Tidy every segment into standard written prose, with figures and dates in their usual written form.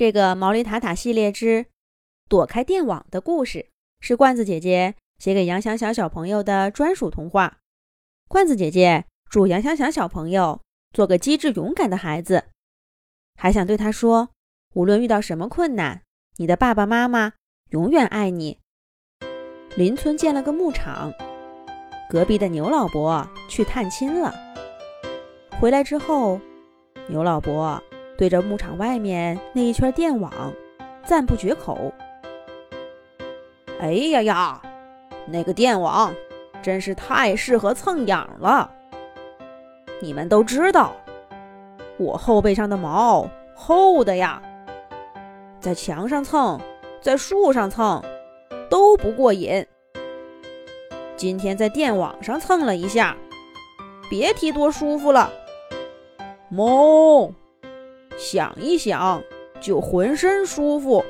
这个毛驴塔塔系列之躲开电网的故事是罐子姐姐写给杨想想小朋友的专属童话。罐子姐姐祝杨想想小朋友做个机智勇敢的孩子，还想对他说，无论遇到什么困难，你的爸爸妈妈永远爱你。邻村建了个牧场，隔壁的牛老伯去探亲了。回来之后，牛老伯对着牧场外面那一圈电网赞不绝口。 哎呀呀，那个电网真是太适合蹭痒了。你们都知道，我后背上的毛厚的呀，在墙上蹭，在树上蹭都不过瘾。今天在电网上蹭了一下，别提多舒服了。哞，想一想就浑身舒服。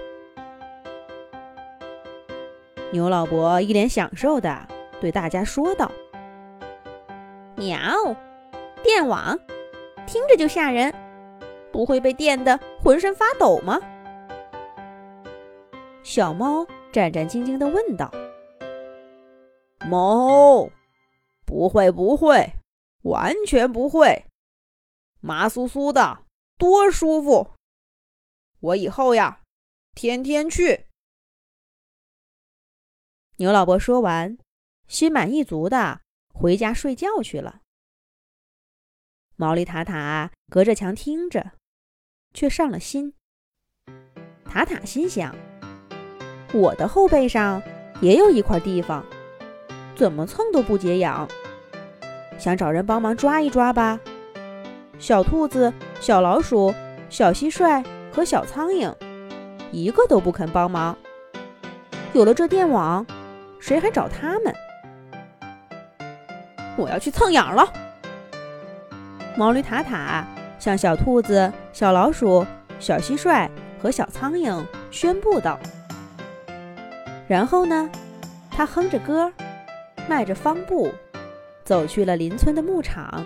牛老伯一脸享受地对大家说道： 喵，电网听着就吓人，不会被电得浑身发抖吗？ 小猫战战兢兢地问道。 哞，不会不会，完全不会，麻酥酥的多舒服，我以后呀天天去。 牛老伯说完，心满意足地回家睡觉去了。毛驴塔塔隔着墙听着，却上了心。塔塔心想，我的后背上也有一块地方，怎么蹭都不解痒，想找人帮忙抓一抓吧。小兔子、小老鼠、小蟋蟀和小苍蝇一个都不肯帮忙，有了这电网，谁还找他们？ 我要去蹭痒了！ 毛驴塔塔向小兔子、小老鼠、小蟋蟀和小苍蝇宣布道。然后呢，他哼着歌，迈着方步，走去了邻村的牧场。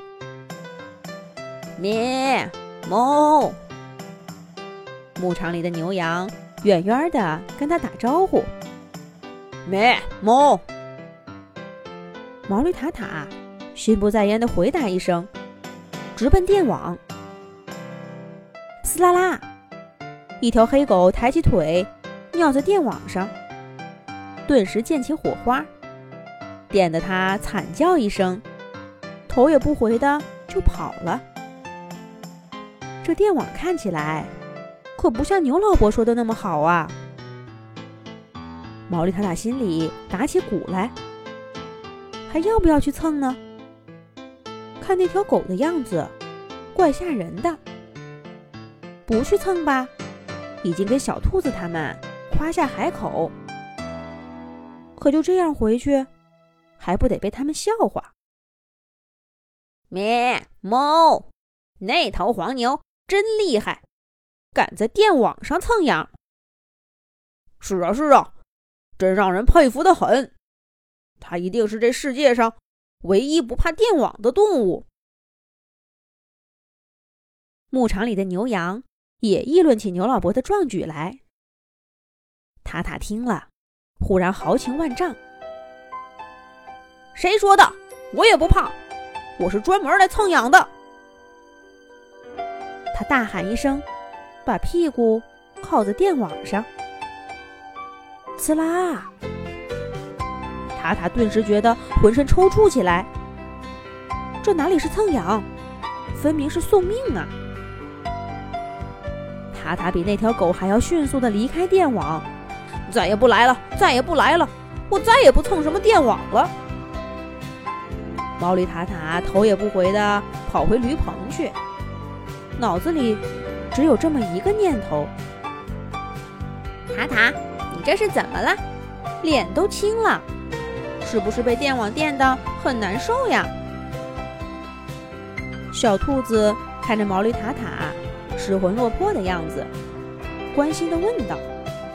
咩哞， 牧场里的牛羊远远地跟他打招呼。 咩哞， 毛驴塔塔心不在焉地回答一声，直奔电网。嘶啦啦，一条黑狗抬起腿尿在电网上，顿时溅起火花，电得它惨叫一声，头也不回的就跑了。这电网看起来可不像牛老伯说的那么好啊。毛驴塔塔心里打起鼓来，还要不要去蹭呢？看那条狗的样子，怪吓人的。不去蹭吧，已经给小兔子他们夸下海口。可就这样回去，还不得被他们笑话？ 咩哞，那头黄牛真厉害，敢在电网上蹭痒。是啊是啊，真让人佩服得很。它一定是这世界上唯一不怕电网的动物。 牧场里的牛羊也议论起牛老伯的壮举来。塔塔听了，忽然豪情万丈。 谁说的？我也不怕，我是专门来蹭痒的。 他大喊一声，把屁股靠在电网上。呲啦！塔塔顿时觉得浑身抽搐起来。这哪里是蹭痒，分明是送命啊！塔塔比那条狗还要迅速地离开电网。 再也不来了，再也不来了，我再也不蹭什么电网了。 毛驴塔塔头也不回地跑回驴棚去，脑子里只有这么一个念头。 塔塔，你这是怎么了？ 脸都青了，是不是被电网电得很难受呀？小兔子看着毛驴塔塔失魂落魄的样子，关心地问道：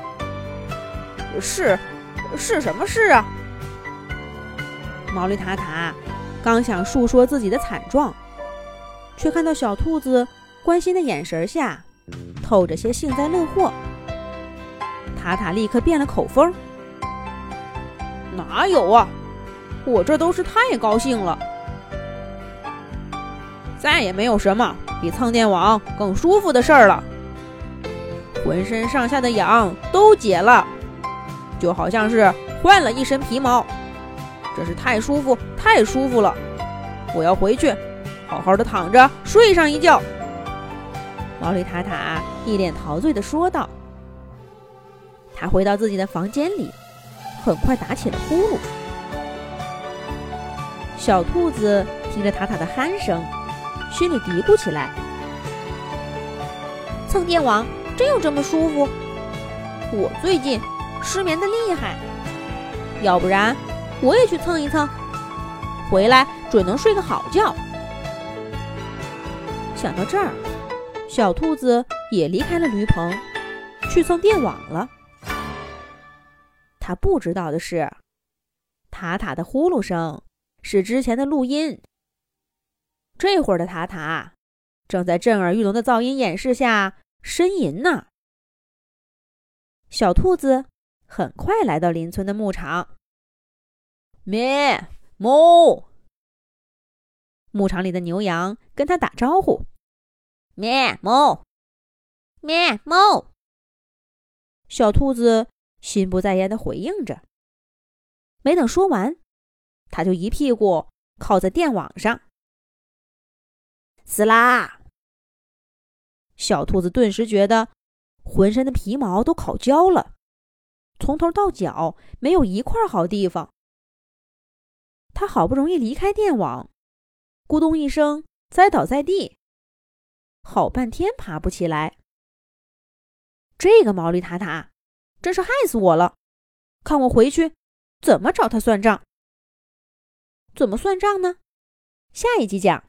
是什么事啊？ 毛驴塔塔刚想述说自己的惨状，却看到小兔子关心的眼神下， 透着些幸灾乐祸。塔塔立刻变了口风：“ 哪有啊，我这都是太高兴了。再也没有什么比蹭电网更舒服的事儿了，浑身上下的痒都解了，就好像是换了一身皮毛，真是太舒服太舒服了。我要回去好好的躺着睡上一觉。” 毛利塔塔一脸陶醉地说道。他回到自己的房间里，很快打起了呼噜。小兔子听着塔塔的鼾声，心里嘀咕起来： 蹭电网真有这么舒服？我最近失眠的厉害，要不然我也去蹭一蹭，回来准能睡个好觉。 想到这儿，小兔子也离开了驴棚，去蹭电网了。他不知道的是，塔塔的呼噜声是之前的录音。这会儿的塔塔正在震耳欲聋的噪音掩饰下呻吟呢。小兔子很快来到邻村的牧场。 咩哞！ 牧场里的牛羊跟他打招呼： 咩哞， 咩哞。 小兔子心不在焉地回应着。没等说完，他就一屁股靠在电网上。 撕啦！ 小兔子顿时觉得浑身的皮毛都烤焦了，从头到脚没有一块好地方。他好不容易离开电网，咕咚一声栽倒在地，好半天爬不起来。这个毛利塔塔真是害死我了，看我回去怎么找他算账。怎么算账呢？下一集讲。